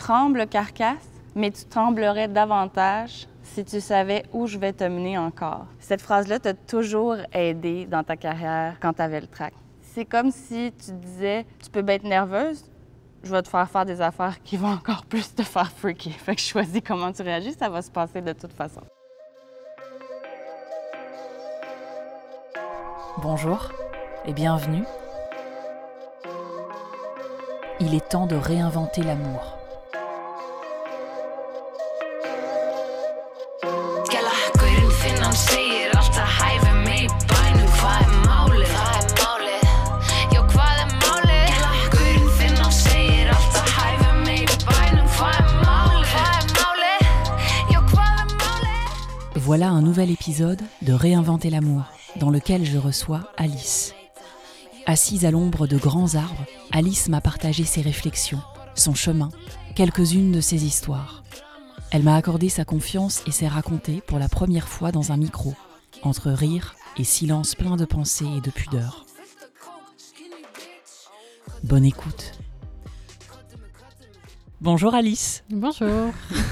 trembles, carcasse, mais tu tremblerais davantage si tu savais où je vais te mener encore. Cette phrase-là t'a toujours aidé dans ta carrière quand tu avais le trac. C'est comme si tu disais, tu peux bien être nerveuse, je vais te faire des affaires qui vont encore plus te faire freaker. Fait que je choisis comment tu réagis, ça va se passer de toute façon. Bonjour et bienvenue. Il est temps de réinventer l'amour. Voilà un nouvel épisode de Réinventer l'amour, dans lequel je reçois Alice. Assise à l'ombre de grands arbres, Alice m'a partagé ses réflexions, son chemin, quelques-unes de ses histoires. Elle m'a accordé sa confiance et s'est racontée pour la première fois dans un micro, entre rire et silence plein de pensées et de pudeur. Bonne écoute. Bonjour Alice. Bonjour.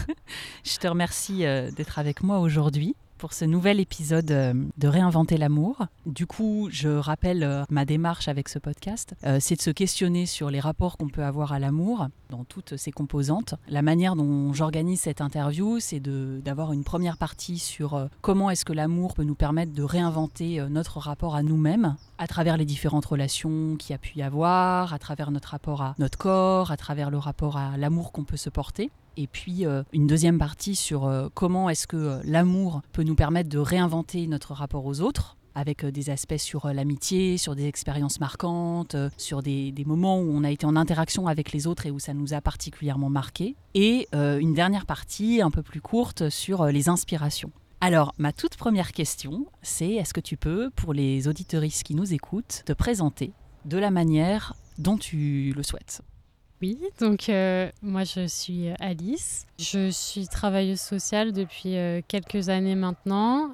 Je te remercie d'être avec moi aujourd'hui pour ce nouvel épisode de Réinventer l'amour. Du coup, je rappelle ma démarche avec ce podcast, c'est de se questionner sur les rapports qu'on peut avoir à l'amour dans toutes ses composantes. La manière dont j'organise cette interview, c'est d'avoir une première partie sur comment est-ce que l'amour peut nous permettre de réinventer notre rapport à nous-mêmes à travers les différentes relations qu'il y a pu y avoir, à travers notre rapport à notre corps, à travers le rapport à l'amour qu'on peut se porter. Et puis une deuxième partie sur comment est-ce que l'amour peut nous permettre de réinventer notre rapport aux autres, avec des aspects sur l'amitié, sur des expériences marquantes, sur des moments où on a été en interaction avec les autres et où ça nous a particulièrement marqué. Et une dernière partie un peu plus courte sur les inspirations. Alors, ma toute première question, c'est est-ce que tu peux, pour les auditeuristes qui nous écoutent, te présenter de la manière dont tu le souhaites ? Oui, donc moi je suis Alice. Je suis travailleuse sociale depuis quelques années maintenant.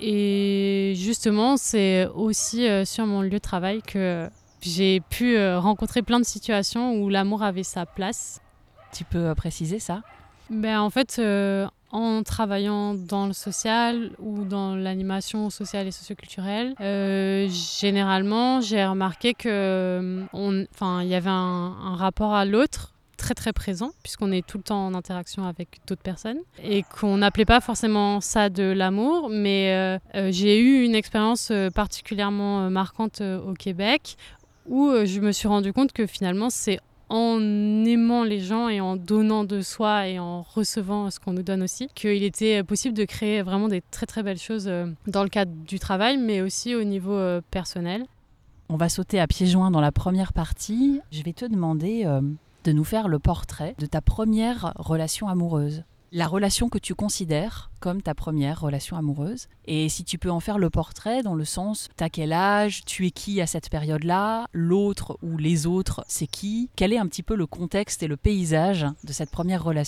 Et justement, c'est aussi sur mon lieu de travail que j'ai pu rencontrer plein de situations où l'amour avait sa place. Tu peux préciser ça ? En fait, en travaillant dans le social ou dans l'animation sociale et socioculturelle, généralement, j'ai remarqué que il y avait un rapport à l'autre très très présent, puisqu'on est tout le temps en interaction avec d'autres personnes, et qu'on n'appelait pas forcément ça de l'amour, mais j'ai eu une expérience particulièrement marquante au Québec, où je me suis rendu compte que finalement, c'est en aimant les gens et en donnant de soi et en recevant ce qu'on nous donne aussi, qu'il était possible de créer vraiment des très très belles choses dans le cadre du travail, mais aussi au niveau personnel. On va sauter à pieds joints dans la première partie. Je vais te demander de nous faire le portrait de ta première relation amoureuse. La relation que tu considères comme ta première relation amoureuse. Et si tu peux en faire le portrait dans le sens, t'as quel âge, tu es qui à cette période-là, l'autre ou les autres, c'est qui ? Quel est un petit peu le contexte et le paysage de cette première relation ?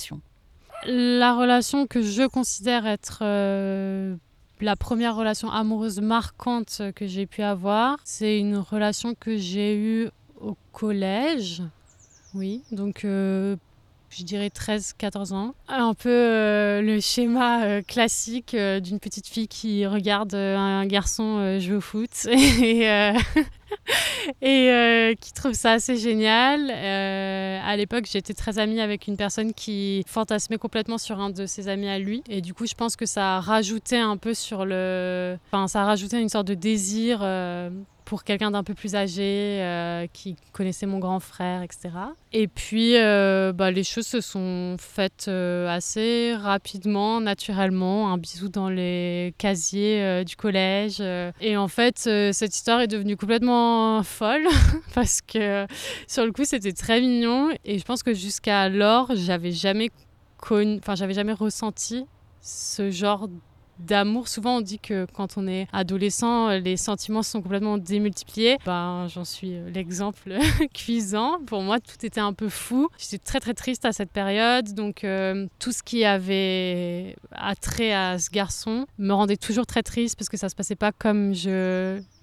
La relation que je considère être la première relation amoureuse marquante que j'ai pu avoir, c'est une relation que j'ai eue au collège. Oui, donc je dirais 13-14 ans. Un peu le schéma classique d'une petite fille qui regarde un garçon jouer au foot et qui trouve ça assez génial. À l'époque, j'étais très amie avec une personne qui fantasmait complètement sur un de ses amis à lui. Et du coup, je pense que ça a rajouté un peu ça a rajouté une sorte de désir pour quelqu'un d'un peu plus âgé, qui connaissait mon grand frère, etc. Et puis, les choses se sont faites assez rapidement, naturellement. Un bisou dans les casiers du collège. Et en fait, cette histoire est devenue complètement folle parce que, sur le coup, c'était très mignon. Et je pense que jusqu'alors, j'avais jamais ressenti ce genre d'amour. Souvent on dit que quand on est adolescent, les sentiments sont complètement démultipliés. J'en suis l'exemple cuisant. Pour moi, tout était un peu fou. J'étais très très triste à cette période, donc tout ce qui avait attrait à ce garçon me rendait toujours très triste parce que ça se passait pas comme je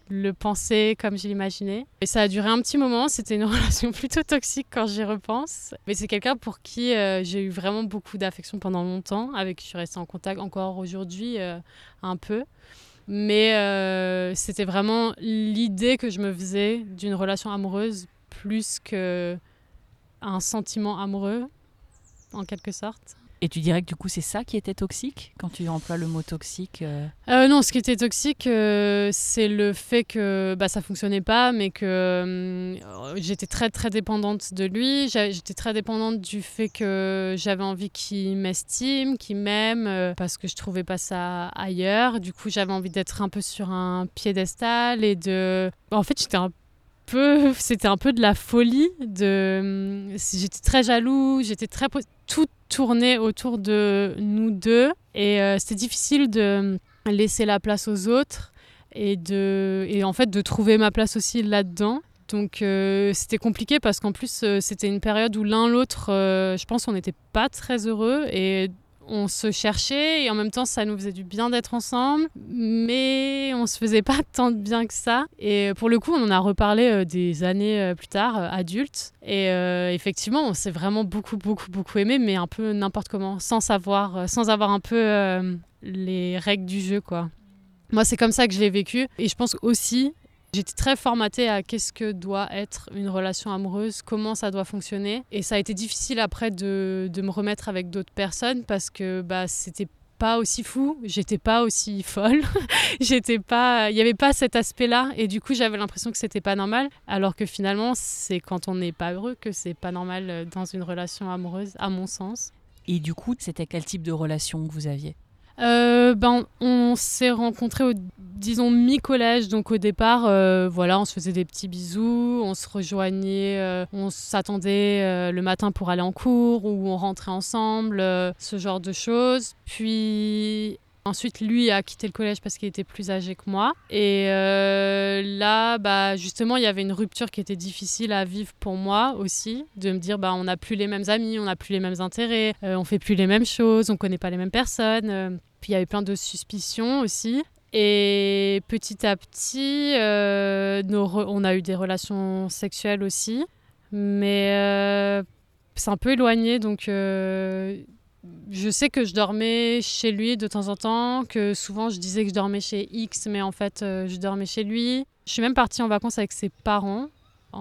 le penser comme je l'imaginais. Et ça a duré un petit moment, c'était une relation plutôt toxique quand j'y repense. Mais c'est quelqu'un pour qui j'ai eu vraiment beaucoup d'affection pendant longtemps, avec qui je suis restée en contact encore aujourd'hui un peu. Mais c'était vraiment l'idée que je me faisais d'une relation amoureuse plus qu'un sentiment amoureux, en quelque sorte. Et tu dirais que du coup, c'est ça qui était toxique quand tu emploies le mot toxique Non, ce qui était toxique, c'est le fait que ça fonctionnait pas, mais que j'étais très très dépendante de lui. J'étais très dépendante du fait que j'avais envie qu'il m'estime, qu'il m'aime, parce que je trouvais pas ça ailleurs. Du coup, j'avais envie d'être un peu sur un piédestal et de... En fait, c'était un peu de la folie. J'étais très jaloux, tout tournait autour de nous deux et c'était difficile de laisser la place aux autres et en fait de trouver ma place aussi là-dedans. Donc c'était compliqué parce qu'en plus c'était une période où l'un l'autre, je pense qu'on n'était pas très heureux et on se cherchait et en même temps ça nous faisait du bien d'être ensemble, mais on se faisait pas tant de bien que ça. Et pour le coup on en a reparlé des années plus tard, adultes, et effectivement on s'est vraiment beaucoup aimé, mais un peu n'importe comment, sans avoir un peu les règles du jeu, quoi. Moi c'est comme ça que je l'ai vécu et je pense aussi j'étais très formatée à qu'est-ce que doit être une relation amoureuse, comment ça doit fonctionner. Et ça a été difficile après de me remettre avec d'autres personnes parce que c'était pas aussi fou, j'étais pas aussi folle, il y avait pas cet aspect-là et du coup j'avais l'impression que c'était pas normal, alors que finalement c'est quand on n'est pas heureux que c'est pas normal dans une relation amoureuse, à mon sens. Et du coup, c'était quel type de relation que vous aviez ? On s'est rencontrés disons mi-collège, donc au départ on se faisait des petits bisous, on se rejoignait, on s'attendait le matin pour aller en cours ou on rentrait ensemble, ce genre de choses. Puis ensuite lui a quitté le collège parce qu'il était plus âgé que moi et là justement il y avait une rupture qui était difficile à vivre pour moi aussi, de me dire on n'a plus les mêmes amis, on n'a plus les mêmes intérêts, on fait plus les mêmes choses, on connaît pas les mêmes personnes. Puis il y avait plein de suspicions aussi. Et petit à petit, on a eu des relations sexuelles aussi. Mais c'est un peu éloigné. Donc je sais que je dormais chez lui de temps en temps. Que souvent je disais que je dormais chez X, mais en fait je dormais chez lui. Je suis même partie en vacances avec ses parents.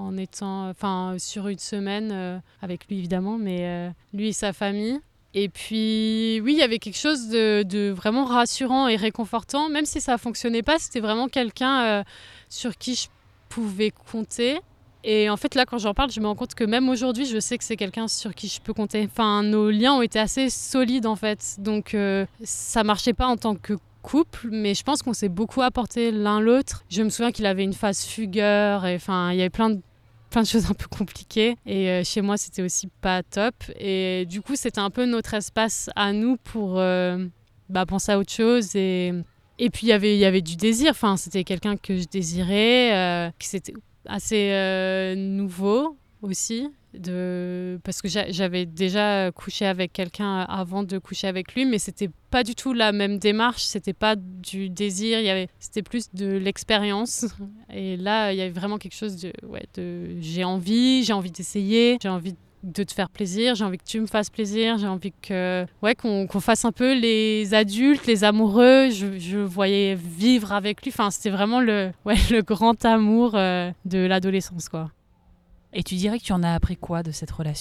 Sur une semaine, avec lui évidemment, mais lui et sa famille. Et puis, oui, il y avait quelque chose de vraiment rassurant et réconfortant. Même si ça ne fonctionnait pas, c'était vraiment quelqu'un sur qui je pouvais compter. Et en fait, là, quand j'en parle, je me rends compte que même aujourd'hui, je sais que c'est quelqu'un sur qui je peux compter. Enfin, nos liens ont été assez solides, en fait. Donc, ça ne marchait pas en tant que couple, mais je pense qu'on s'est beaucoup apporté l'un l'autre. Je me souviens qu'il avait une phase fugueur. Et enfin, il y avait plein de choses un peu compliquées et chez moi c'était aussi pas top et du coup c'était un peu notre espace à nous pour penser à autre chose et puis il y avait du désir, enfin c'était quelqu'un que je désirais, qui c'était assez nouveau aussi, parce que j'avais déjà couché avec quelqu'un avant de coucher avec lui, mais c'était pas du tout la même démarche, c'était pas du désir, c'était plus de l'expérience. Et là, il y avait vraiment quelque chose de j'ai envie d'essayer, j'ai envie de te faire plaisir, j'ai envie que tu me fasses plaisir, j'ai envie qu'on fasse un peu les adultes, les amoureux. Je voyais vivre avec lui, enfin c'était vraiment le grand amour de l'adolescence, quoi. Et tu dirais que tu en as appris quoi de cette relation ?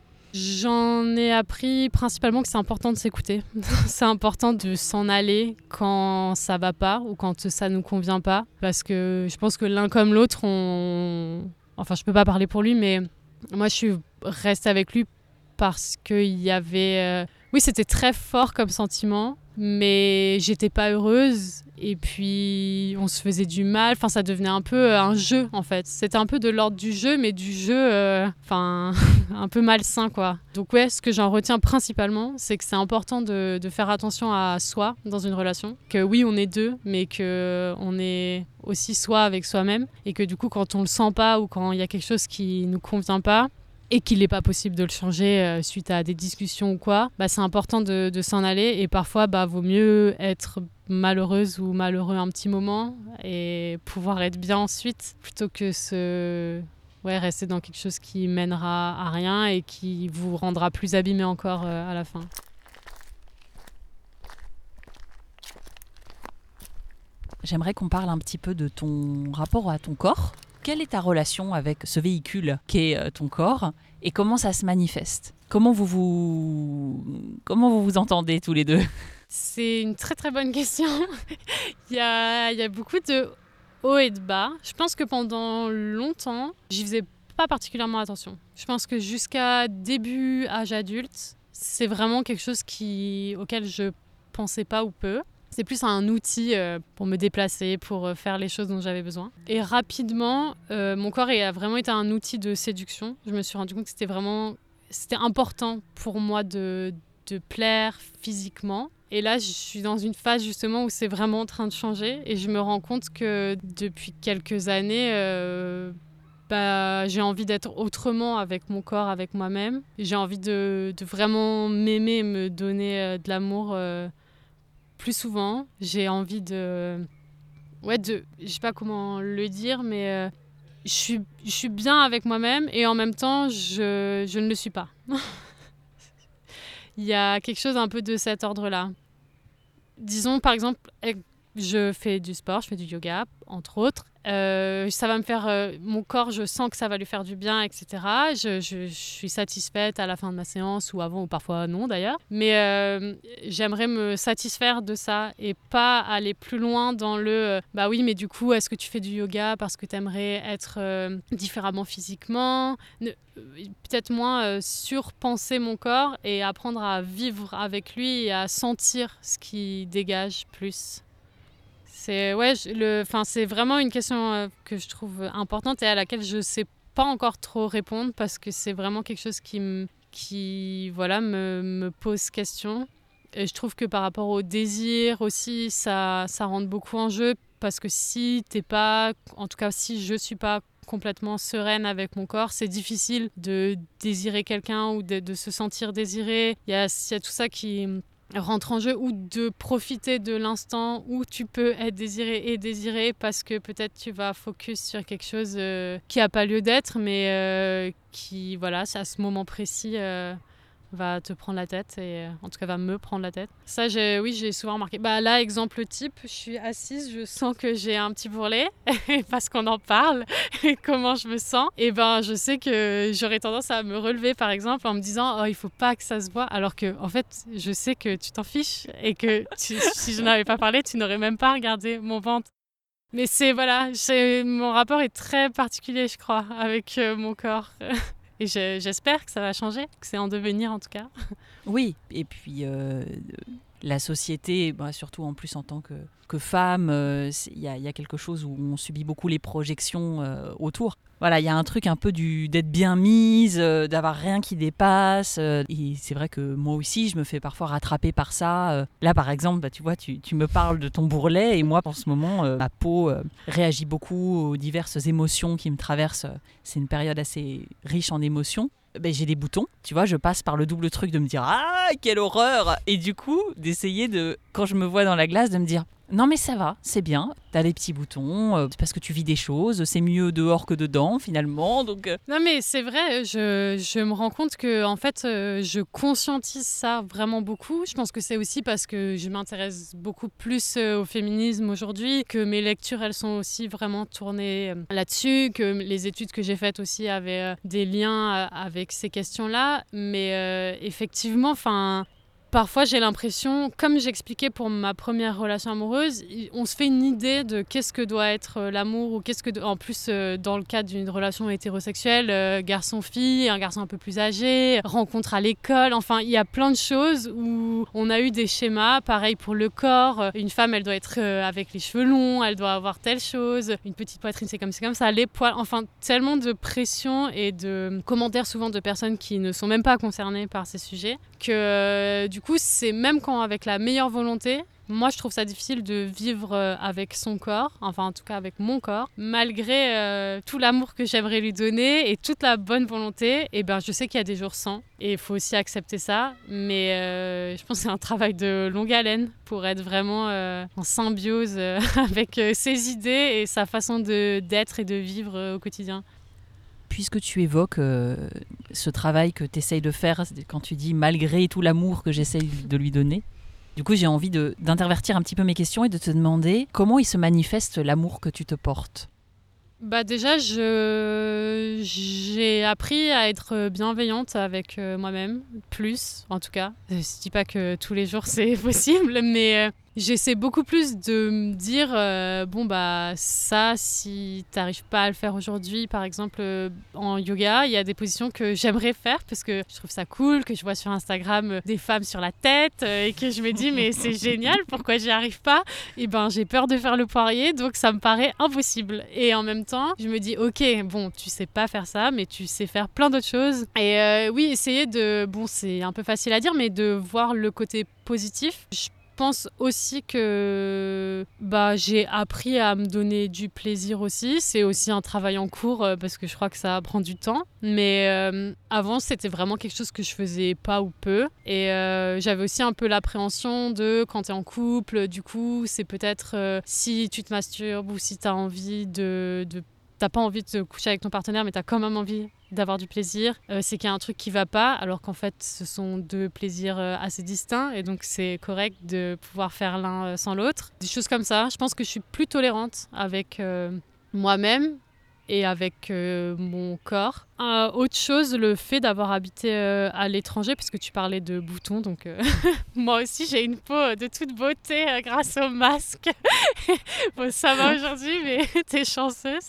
J'en ai appris principalement que c'est important de s'écouter. C'est important de s'en aller quand ça va pas ou quand ça nous convient pas. Parce que je pense que l'un comme l'autre, Enfin, je peux pas parler pour lui, mais moi, je suis restée avec lui parce qu'il y avait... Oui, c'était très fort comme sentiment, mais j'étais pas heureuse. Et puis, on se faisait du mal. Enfin, ça devenait un peu un jeu, en fait. C'était un peu de l'ordre du jeu, mais du jeu, un peu malsain, quoi. Donc ouais, ce que j'en retiens principalement, c'est que c'est important de faire attention à soi dans une relation. Que oui, on est deux, mais qu'on est aussi soi avec soi-même. Et que du coup, quand on le sent pas ou quand il y a quelque chose qui nous convient pas, et qu'il n'est pas possible de le changer suite à des discussions ou quoi, c'est important de s'en aller. Et parfois, vaut mieux être malheureuse ou malheureux un petit moment et pouvoir être bien ensuite, plutôt que rester dans quelque chose qui mènera à rien et qui vous rendra plus abîmé encore à la fin. J'aimerais qu'on parle un petit peu de ton rapport à ton corps. Quelle est ta relation avec ce véhicule qu'est ton corps et comment ça se manifeste ? Comment vous vous entendez tous les deux ? C'est une très très bonne question. Il y a beaucoup de hauts et de bas. Je pense que pendant longtemps, j'y faisais pas particulièrement attention. Je pense que jusqu'à début âge adulte, c'est vraiment quelque chose auquel je pensais pas ou peu. C'est plus un outil pour me déplacer, pour faire les choses dont j'avais besoin. Et rapidement, mon corps a vraiment été un outil de séduction. Je me suis rendu compte que c'était important pour moi de plaire physiquement. Et là, je suis dans une phase justement où c'est vraiment en train de changer. Et je me rends compte que depuis quelques années, j'ai envie d'être autrement avec mon corps, avec moi-même. J'ai envie de vraiment m'aimer, me donner de l'amour plus souvent. J'ai envie je sais pas comment le dire, mais je suis bien avec moi-même et en même temps, je ne le suis pas. Il y a quelque chose un peu de cet ordre-là. Disons, par exemple, je fais du sport, je fais du yoga, entre autres. Ça va me faire... mon corps, je sens que ça va lui faire du bien, etc. Je suis satisfaite à la fin de ma séance, ou avant, ou parfois non d'ailleurs. Mais j'aimerais me satisfaire de ça et pas aller plus loin dans oui, mais du coup, est-ce que tu fais du yoga parce que tu aimerais être différemment physiquement ? Peut-être moins surpenser mon corps et apprendre à vivre avec lui et à sentir ce qui dégage plus. C'est vraiment une question que je trouve importante et à laquelle je ne sais pas encore trop répondre parce que c'est vraiment quelque chose qui me pose question. Et je trouve que par rapport au désir aussi, ça rentre beaucoup en jeu parce que si je ne suis pas complètement sereine avec mon corps, c'est difficile de désirer quelqu'un ou de se sentir désiré. Il y a tout ça qui rentre en jeu, ou de profiter de l'instant où tu peux être désiré parce que peut-être tu vas focus sur quelque chose qui n'a pas lieu d'être, mais qui, à ce moment précis, va te prendre la tête et en tout cas va me prendre la tête. Ça, j'ai souvent remarqué. Là, exemple type, je suis assise, je sens que j'ai un petit bourrelet parce qu'on en parle et comment je me sens. Et je sais que j'aurais tendance à me relever par exemple en me disant il faut pas que ça se voit, alors que en fait je sais que tu t'en fiches et que si je n'avais pas parlé, tu n'aurais même pas regardé mon ventre. Mais mon rapport est très particulier, je crois, avec mon corps. Et j'espère que ça va changer, que c'est en devenir en tout cas. Oui, et puis la société, surtout en plus en tant que femme, il y a quelque chose où on subit beaucoup les projections autour. Voilà, il y a un truc un peu d'être bien mise, d'avoir rien qui dépasse. Et c'est vrai que moi aussi, je me fais parfois rattraper par ça. Là, par exemple, tu vois, tu me parles de ton bourrelet et moi, en ce moment, ma peau réagit beaucoup aux diverses émotions qui me traversent. C'est une période assez riche en émotions. J'ai des boutons, tu vois, je passe par le double truc de me dire « Ah, quelle horreur !» Et du coup, d'essayer quand je me vois dans la glace, de me dire « Non mais ça va, c'est bien, t'as des petits boutons, c'est parce que tu vis des choses, c'est mieux dehors que dedans finalement. » Donc Non mais c'est vrai, je me rends compte que en fait, je conscientise ça vraiment beaucoup. Je pense que c'est aussi parce que je m'intéresse beaucoup plus au féminisme aujourd'hui, que mes lectures, elles sont aussi vraiment tournées là-dessus, que les études que j'ai faites aussi avaient des liens avec ces questions-là. Mais effectivement, parfois, j'ai l'impression, comme j'expliquais pour ma première relation amoureuse, on se fait une idée de qu'est-ce que doit être l'amour, ou en plus, dans le cadre d'une relation hétérosexuelle, garçon-fille, un garçon un peu plus âgé, rencontre à l'école, enfin, il y a plein de choses où on a eu des schémas, pareil pour le corps, une femme, elle doit être avec les cheveux longs, elle doit avoir telle chose, une petite poitrine, c'est comme ça, les poils, enfin, tellement de pression et de commentaires souvent de personnes qui ne sont même pas concernées par ces sujets, que du coup, coup, c'est même quand avec la meilleure volonté, moi je trouve ça difficile de vivre avec son corps, enfin en tout cas avec mon corps, malgré tout l'amour que j'aimerais lui donner et toute la bonne volonté. Et ben je sais qu'il y a des jours sans et il faut aussi accepter ça, mais je pense que c'est un travail de longue haleine pour être vraiment en symbiose avec ses idées et sa façon d'être et de vivre au quotidien. Puisque tu évoques ce travail que tu essayes de faire quand tu dis malgré tout l'amour que j'essaye de lui donner, du coup j'ai envie d'intervertir un petit peu mes questions et de te demander comment il se manifeste l'amour que tu te portes. Bah déjà, j'ai appris à être bienveillante avec moi-même, plus en tout cas. Je ne dis pas que tous les jours c'est possible, mais j'essaie beaucoup plus de me dire bon bah ça, si t'arrives pas à le faire aujourd'hui, par exemple en yoga, il y a des positions que j'aimerais faire parce que je trouve ça cool, que je vois sur Instagram des femmes sur la tête et que je me dis mais c'est génial, pourquoi j'y arrive pas? Et ben j'ai peur de faire le poirier, donc ça me paraît impossible. Et en même temps, je me dis ok, bon tu sais pas faire ça, mais tu sais faire plein d'autres choses. Et oui, essayer de, bon c'est un peu facile à dire, mais de voir le côté positif. Je pense aussi que j'ai appris à me donner du plaisir aussi. C'est aussi un travail en cours parce que je crois que ça prend du temps. Mais avant, c'était vraiment quelque chose que je faisais pas ou peu. Et j'avais aussi un peu l'appréhension de quand tu es en couple, du coup, c'est peut-être si tu te masturbes ou si tu as envie t'as pas envie de te coucher avec ton partenaire, mais tu as quand même envie d'avoir du plaisir, c'est qu'il y a un truc qui va pas, alors qu'en fait ce sont deux plaisirs assez distincts et donc c'est correct de pouvoir faire l'un sans l'autre. Des choses comme ça, je pense que je suis plus tolérante avec moi-même et avec mon corps. Autre chose, le fait d'avoir habité à l'étranger, puisque tu parlais de boutons, donc moi aussi j'ai une peau de toute beauté grâce au masque. Bon, ça va aujourd'hui, mais t'es chanceuse.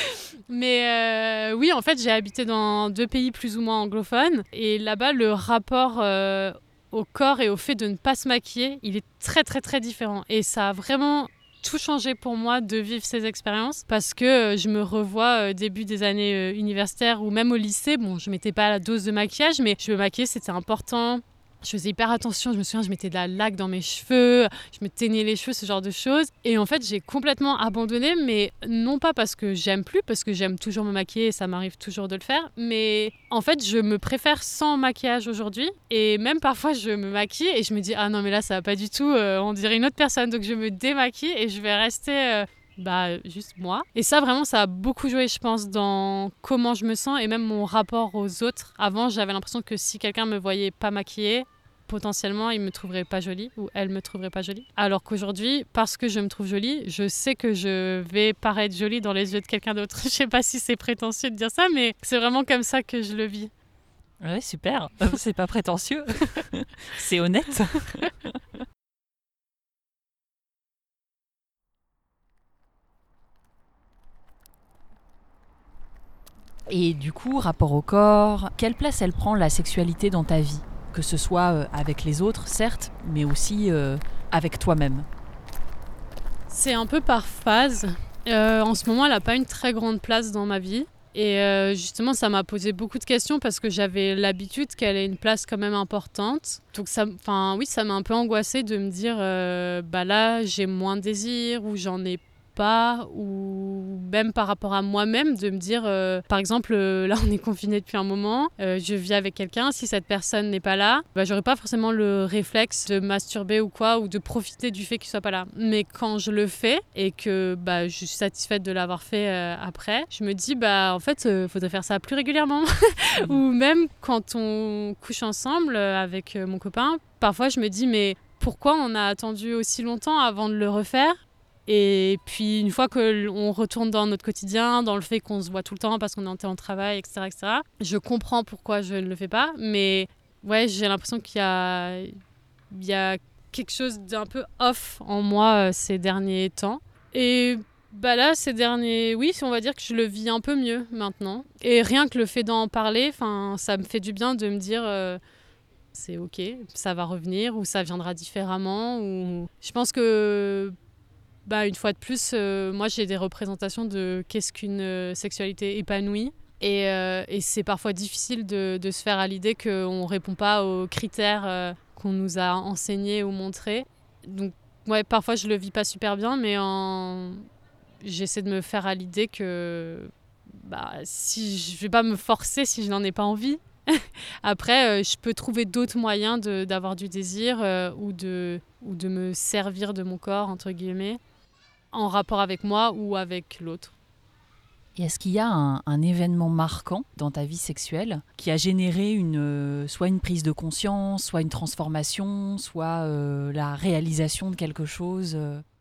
Mais oui, en fait, j'ai habité dans 2 pays plus ou moins anglophones, et là-bas, le rapport au corps et au fait de ne pas se maquiller, il est très très très différent. Et ça a vraiment tout changé pour moi de vivre ces expériences parce que je me revois début des années universitaires ou même au lycée. Bon, je mettais pas la dose de maquillage, mais je me maquillais, c'était important. Je faisais hyper attention, je me souviens, je mettais de la laque dans mes cheveux, je me teignais les cheveux, ce genre de choses. Et en fait, j'ai complètement abandonné, mais non pas parce que j'aime plus, parce que j'aime toujours me maquiller et ça m'arrive toujours de le faire, mais en fait, je me préfère sans maquillage aujourd'hui. Et même parfois, je me maquille et je me dis « Ah non, mais là, ça va pas du tout, on dirait une autre personne. » Donc, je me démaquille et je vais rester... juste moi. Et ça, vraiment, ça a beaucoup joué, je pense, dans comment je me sens et même mon rapport aux autres. Avant, j'avais l'impression que si quelqu'un me voyait pas maquillée, potentiellement, il me trouverait pas jolie ou elle me trouverait pas jolie. Alors qu'aujourd'hui, parce que je me trouve jolie, je sais que je vais paraître jolie dans les yeux de quelqu'un d'autre. Je sais pas si c'est prétentieux de dire ça, mais c'est vraiment comme ça que je le vis. Ouais, super. C'est pas prétentieux. C'est honnête. Et du coup, rapport au corps, quelle place elle prend la sexualité dans ta vie ? Que ce soit avec les autres, certes, mais aussi avec toi-même. C'est un peu par phase. En ce moment, elle n'a pas une très grande place dans ma vie. Et justement, ça m'a posé beaucoup de questions parce que j'avais l'habitude qu'elle ait une place quand même importante. Donc ça m'a un peu angoissée de me dire là, j'ai moins de désir ou j'en ai pas, ou même par rapport à moi-même de me dire par exemple là on est confiné depuis un moment, je vis avec quelqu'un, si cette personne n'est pas là, j'aurais pas forcément le réflexe de masturber ou quoi, ou de profiter du fait qu'il soit pas là. Mais quand je le fais et que je suis satisfaite de l'avoir fait après, je me dis en fait faudrait faire ça plus régulièrement. Ou même quand on couche ensemble avec mon copain, parfois je me dis mais pourquoi on a attendu aussi longtemps avant de le refaire? Et puis une fois qu'on retourne dans notre quotidien, dans le fait qu'on se voit tout le temps parce qu'on est en travail, etc., je comprends pourquoi je ne le fais pas. Mais ouais, j'ai l'impression qu'il y a quelque chose d'un peu off en moi ces derniers temps. Et là, oui, on va dire que je le vis un peu mieux maintenant. Et rien que le fait d'en parler, ça me fait du bien de me dire... c'est ok, ça va revenir ou ça viendra différemment. Ou... Je pense que... une fois de plus, moi j'ai des représentations de qu'est-ce qu'une sexualité épanouie. Et c'est parfois difficile de se faire à l'idée qu'on ne répond pas aux critères qu'on nous a enseigné ou montré. Donc, ouais, parfois je le vis pas super bien, mais j'essaie de me faire à l'idée que si je vais pas me forcer si je n'en ai pas envie. Après, je peux trouver d'autres moyens d'avoir du désir ou de me servir de mon corps, entre guillemets, en rapport avec moi ou avec l'autre. Et est-ce qu'il y a un événement marquant dans ta vie sexuelle qui a généré soit une prise de conscience, soit une transformation, soit la réalisation de quelque chose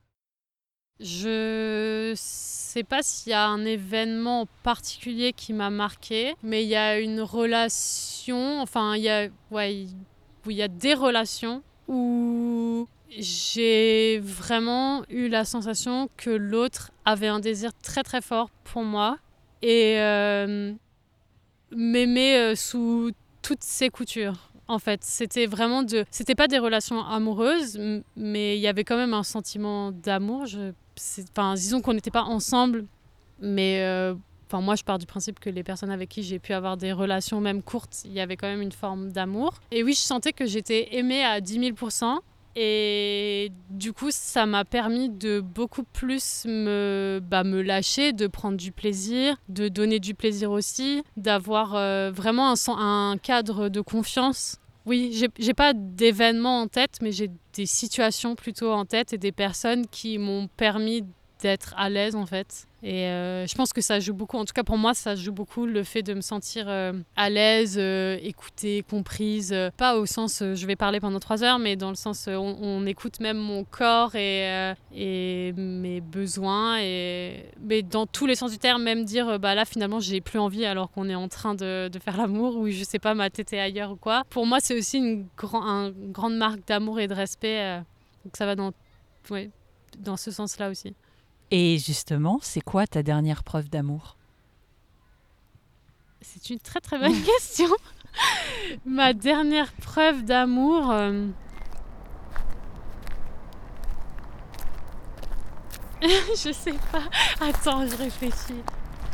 Je sais pas s'il y a un événement en particulier qui m'a marqué, mais il y a une relation, enfin il y a des relations où j'ai vraiment eu la sensation que l'autre avait un désir très très fort pour moi et m'aimait sous toutes ses coutures. En fait, c'était pas des relations amoureuses, mais il y avait quand même un sentiment d'amour. Disons qu'on n'était pas ensemble, mais moi je pars du principe que les personnes avec qui j'ai pu avoir des relations même courtes, il y avait quand même une forme d'amour. Et oui, je sentais que j'étais aimée à 10 000%. Et du coup, ça m'a permis de beaucoup plus me lâcher, de prendre du plaisir, de donner du plaisir aussi, d'avoir vraiment un cadre de confiance. Oui, j'ai pas d'événements en tête, mais j'ai des situations plutôt en tête et des personnes qui m'ont permis d'être à l'aise en fait. Et je pense que ça joue beaucoup, en tout cas pour moi ça joue beaucoup le fait de me sentir à l'aise, écoutée, comprise, pas au sens je vais parler pendant 3 heures, mais dans le sens on écoute même mon corps et mes besoins, mais dans tous les sens du terme, même dire là finalement j'ai plus envie alors qu'on est en train de faire l'amour ou je sais pas ma tête est ailleurs ou quoi. Pour moi c'est aussi une grande marque d'amour et de respect, donc ça va dans ce sens-là aussi. Et justement, c'est quoi ta dernière preuve d'amour ? C'est une très très bonne question. Ma dernière preuve d'amour... je sais pas. Attends, je réfléchis.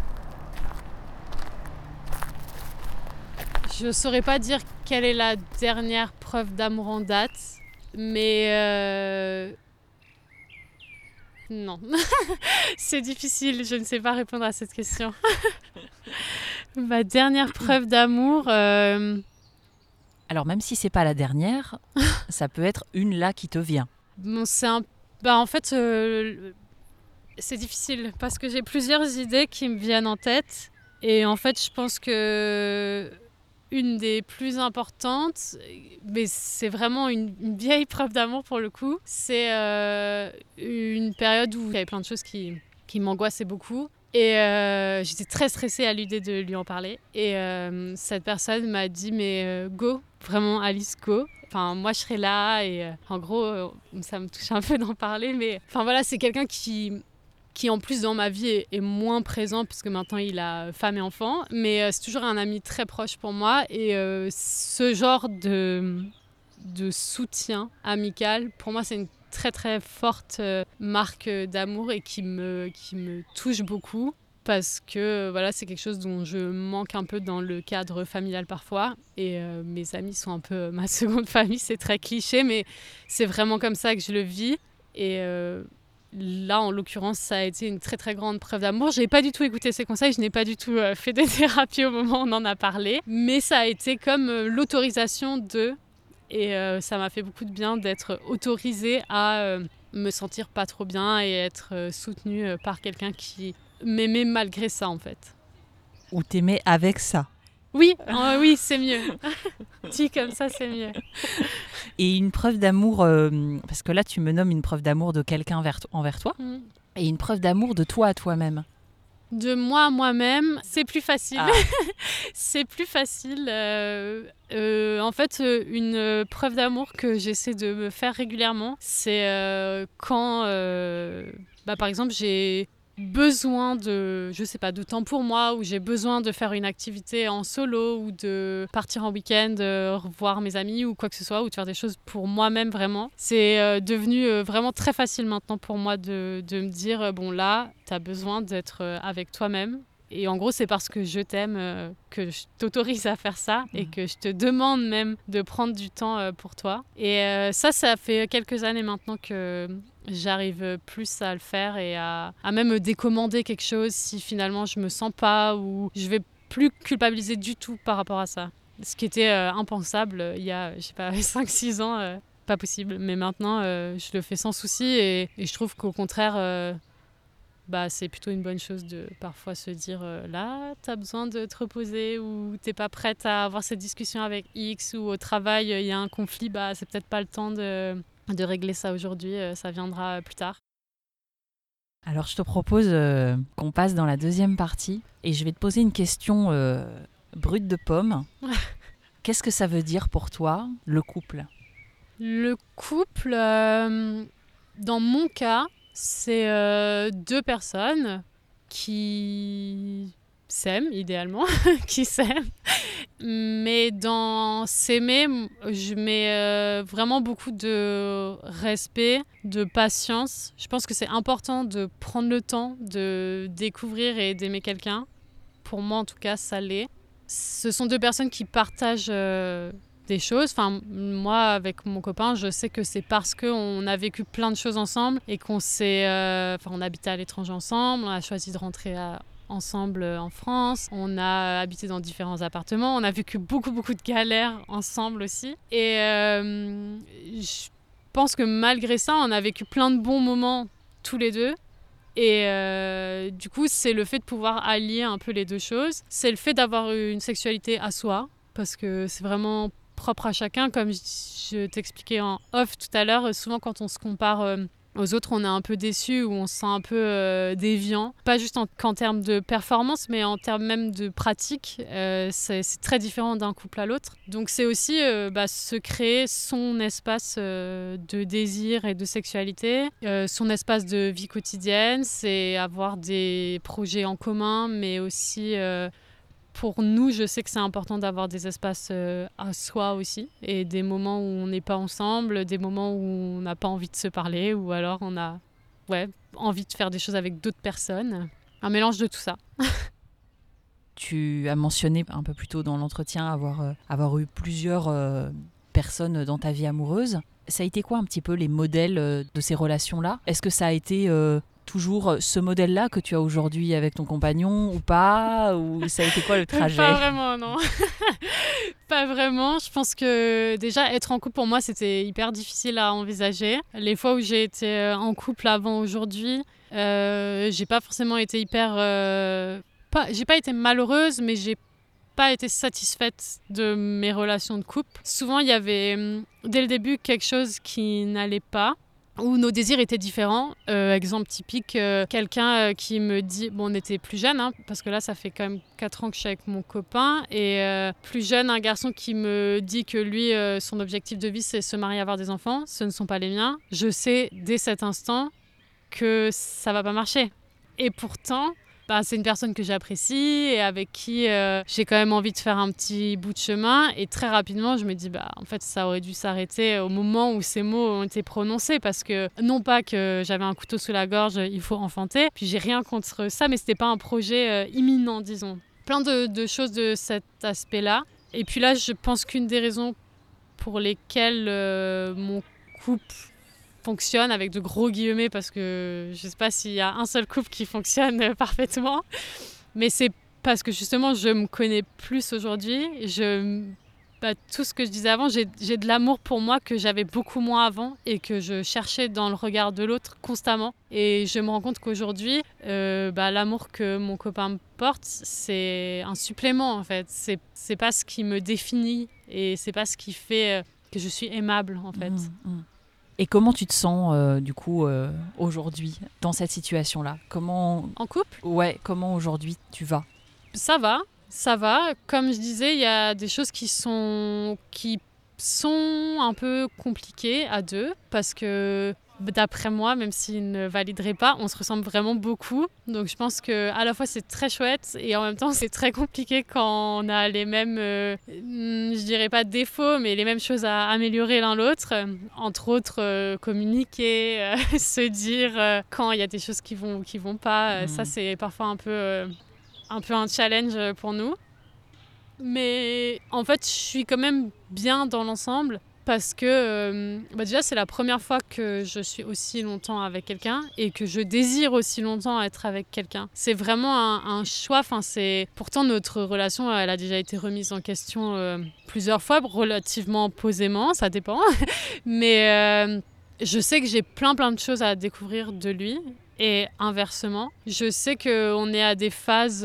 Je saurais pas dire quelle est la dernière preuve d'amour en date, mais... Non, c'est difficile, je ne sais pas répondre à cette question. Ma dernière preuve d'amour... Alors même si c'est pas la dernière, ça peut être une là qui te vient. Bon, en fait, c'est difficile parce que j'ai plusieurs idées qui me viennent en tête. Et en fait, je pense que une des plus importantes, mais c'est vraiment une vieille preuve d'amour pour le coup, c'est une période où il y avait plein de choses qui m'angoissaient beaucoup. Et j'étais très stressée à l'idée de lui en parler. Et cette personne m'a dit mais go, vraiment Alice, go. Enfin, moi je serai là et en gros, ça me touche un peu d'en parler. Mais enfin voilà, c'est quelqu'un qui en plus dans ma vie est moins présent puisque maintenant il a femme et enfant, mais c'est toujours un ami très proche pour moi et ce genre de soutien amical, pour moi c'est une très très forte marque d'amour et qui me touche beaucoup parce que voilà, c'est quelque chose dont je manque un peu dans le cadre familial parfois et mes amis sont un peu ma seconde famille, c'est très cliché mais c'est vraiment comme ça que je le vis et là, en l'occurrence, ça a été une très très grande preuve d'amour. Je n'ai pas du tout écouté ses conseils, je n'ai pas du tout fait des thérapies au moment où on en a parlé. Mais ça a été comme l'autorisation de... Et ça m'a fait beaucoup de bien d'être autorisée à me sentir pas trop bien et être soutenue par quelqu'un qui m'aimait malgré ça, en fait. Ou t'aimais avec ça. Oui, oui, c'est mieux. Dit comme ça, c'est mieux. Et une preuve d'amour, parce que là tu me nommes une preuve d'amour de quelqu'un envers toi, et une preuve d'amour de toi à toi-même. De moi à moi-même, c'est plus facile. Ah. C'est plus facile. En fait, une preuve d'amour que j'essaie de me faire régulièrement, c'est quand, par exemple, j'ai besoin de temps pour moi, ou j'ai besoin de faire une activité en solo, ou de partir en week-end, revoir mes amis ou quoi que ce soit, ou de faire des choses pour moi-même vraiment. C'est devenu vraiment très facile maintenant pour moi de me dire, bon là, t'as besoin d'être avec toi-même. Et en gros, c'est parce que je t'aime que je t'autorise à faire ça et que je te demande même de prendre du temps pour toi. Et ça fait quelques années maintenant que j'arrive plus à le faire et à même décommander quelque chose si finalement je me sens pas ou je vais plus culpabiliser du tout par rapport à ça. Ce qui était impensable il y a, je sais pas, 5-6 ans, pas possible. Mais maintenant, je le fais sans souci et je trouve qu'au contraire... c'est plutôt une bonne chose de parfois se dire là, t'as besoin de te reposer ou t'es pas prête à avoir cette discussion avec X ou au travail, il y a un conflit, c'est peut-être pas le temps de régler ça aujourd'hui, ça viendra plus tard. Alors je te propose qu'on passe dans la deuxième partie et je vais te poser une question brute de pomme. Qu'est-ce que ça veut dire pour toi, le couple ? Le couple, dans mon cas, c'est 2 personnes qui s'aiment, idéalement, qui s'aiment. Mais dans s'aimer, je mets vraiment beaucoup de respect, de patience. Je pense que c'est important de prendre le temps de découvrir et d'aimer quelqu'un. Pour moi, en tout cas, ça l'est. Ce sont 2 personnes qui partagent... des choses. Enfin, moi, avec mon copain, je sais que c'est parce qu'on a vécu plein de choses ensemble et qu'on on habitait à l'étranger ensemble, on a choisi de rentrer ensemble en France, on a habité dans différents appartements, on a vécu beaucoup de galères ensemble aussi. Et je pense que malgré ça, on a vécu plein de bons moments tous les deux. Et du coup, c'est le fait de pouvoir allier un peu les deux choses. C'est le fait d'avoir une sexualité à soi, parce que c'est vraiment propre à chacun. Comme je t'expliquais en off tout à l'heure, souvent quand on se compare aux autres, on est un peu déçu ou on se sent un peu déviant. Pas juste qu'en termes de performance, mais en termes même de pratique. C'est très différent d'un couple à l'autre. Donc c'est aussi se créer son espace de désir et de sexualité, son espace de vie quotidienne, c'est avoir des projets en commun, mais aussi... Pour nous, je sais que c'est important d'avoir des espaces à soi aussi et des moments où on n'est pas ensemble, des moments où on n'a pas envie de se parler ou alors on a envie de faire des choses avec d'autres personnes. Un mélange de tout ça. Tu as mentionné un peu plus tôt dans l'entretien avoir eu plusieurs personnes dans ta vie amoureuse. Ça a été quoi un petit peu les modèles de ces relations-là ? Est-ce que ça a été... toujours ce modèle-là que tu as aujourd'hui avec ton compagnon ou pas ? Ou ça a été quoi le trajet ? Pas vraiment, non. Pas vraiment. Je pense que déjà, être en couple, pour moi, c'était hyper difficile à envisager. Les fois où j'ai été en couple avant aujourd'hui, j'ai pas forcément été j'ai pas été malheureuse, mais j'ai pas été satisfaite de mes relations de couple. Souvent, il y avait, dès le début, quelque chose qui n'allait pas, où nos désirs étaient différents. Exemple typique, quelqu'un qui me dit... Bon, on était plus jeunes, parce que là, ça fait quand même 4 ans que je suis avec mon copain. Et plus jeune, un garçon qui me dit que lui, son objectif de vie, c'est se marier, avoir des enfants. Ce ne sont pas les miens. Je sais, dès cet instant, que ça va pas marcher. Et pourtant... c'est une personne que j'apprécie et avec qui j'ai quand même envie de faire un petit bout de chemin. Et très rapidement, je me dis, en fait, ça aurait dû s'arrêter au moment où ces mots ont été prononcés. Parce que, non pas que j'avais un couteau sous la gorge, il faut enfanter. Puis j'ai rien contre ça, mais c'était pas un projet imminent, disons. Plein de choses de cet aspect-là. Et puis là, je pense qu'une des raisons pour lesquelles mon couple fonctionne, avec de gros guillemets, parce que je sais pas s'il y a un seul couple qui fonctionne parfaitement, mais c'est parce que justement je me connais plus aujourd'hui. Tout ce que je disais avant, j'ai de l'amour pour moi que j'avais beaucoup moins avant et que je cherchais dans le regard de l'autre constamment. Et je me rends compte qu'aujourd'hui, l'amour que mon copain me porte, c'est un supplément en fait. C'est pas ce qui me définit et c'est pas ce qui fait que je suis aimable en fait. Et comment tu te sens du coup aujourd'hui dans cette situation-là ? En couple ? Ouais, comment aujourd'hui tu vas ? Ça va. Comme je disais, il y a des choses qui sont un peu compliquées à deux parce que d'après moi, même s'ils ne valideraient pas, on se ressemble vraiment beaucoup. Donc je pense qu'à la fois c'est très chouette et en même temps c'est très compliqué quand on a les mêmes, je dirais pas défauts, mais les mêmes choses à améliorer l'un l'autre. Entre autres, communiquer, se dire quand il y a des choses qui vont pas. Ça c'est parfois un peu un peu un challenge pour nous. Mais en fait, je suis quand même bien dans l'ensemble parce que déjà, c'est la première fois que je suis aussi longtemps avec quelqu'un et que je désire aussi longtemps être avec quelqu'un. C'est vraiment un choix. Pourtant, notre relation, elle a déjà été remise en question plusieurs fois, relativement posément, ça dépend. Mais je sais que j'ai plein de choses à découvrir de lui et inversement. Je sais qu'on est à des phases...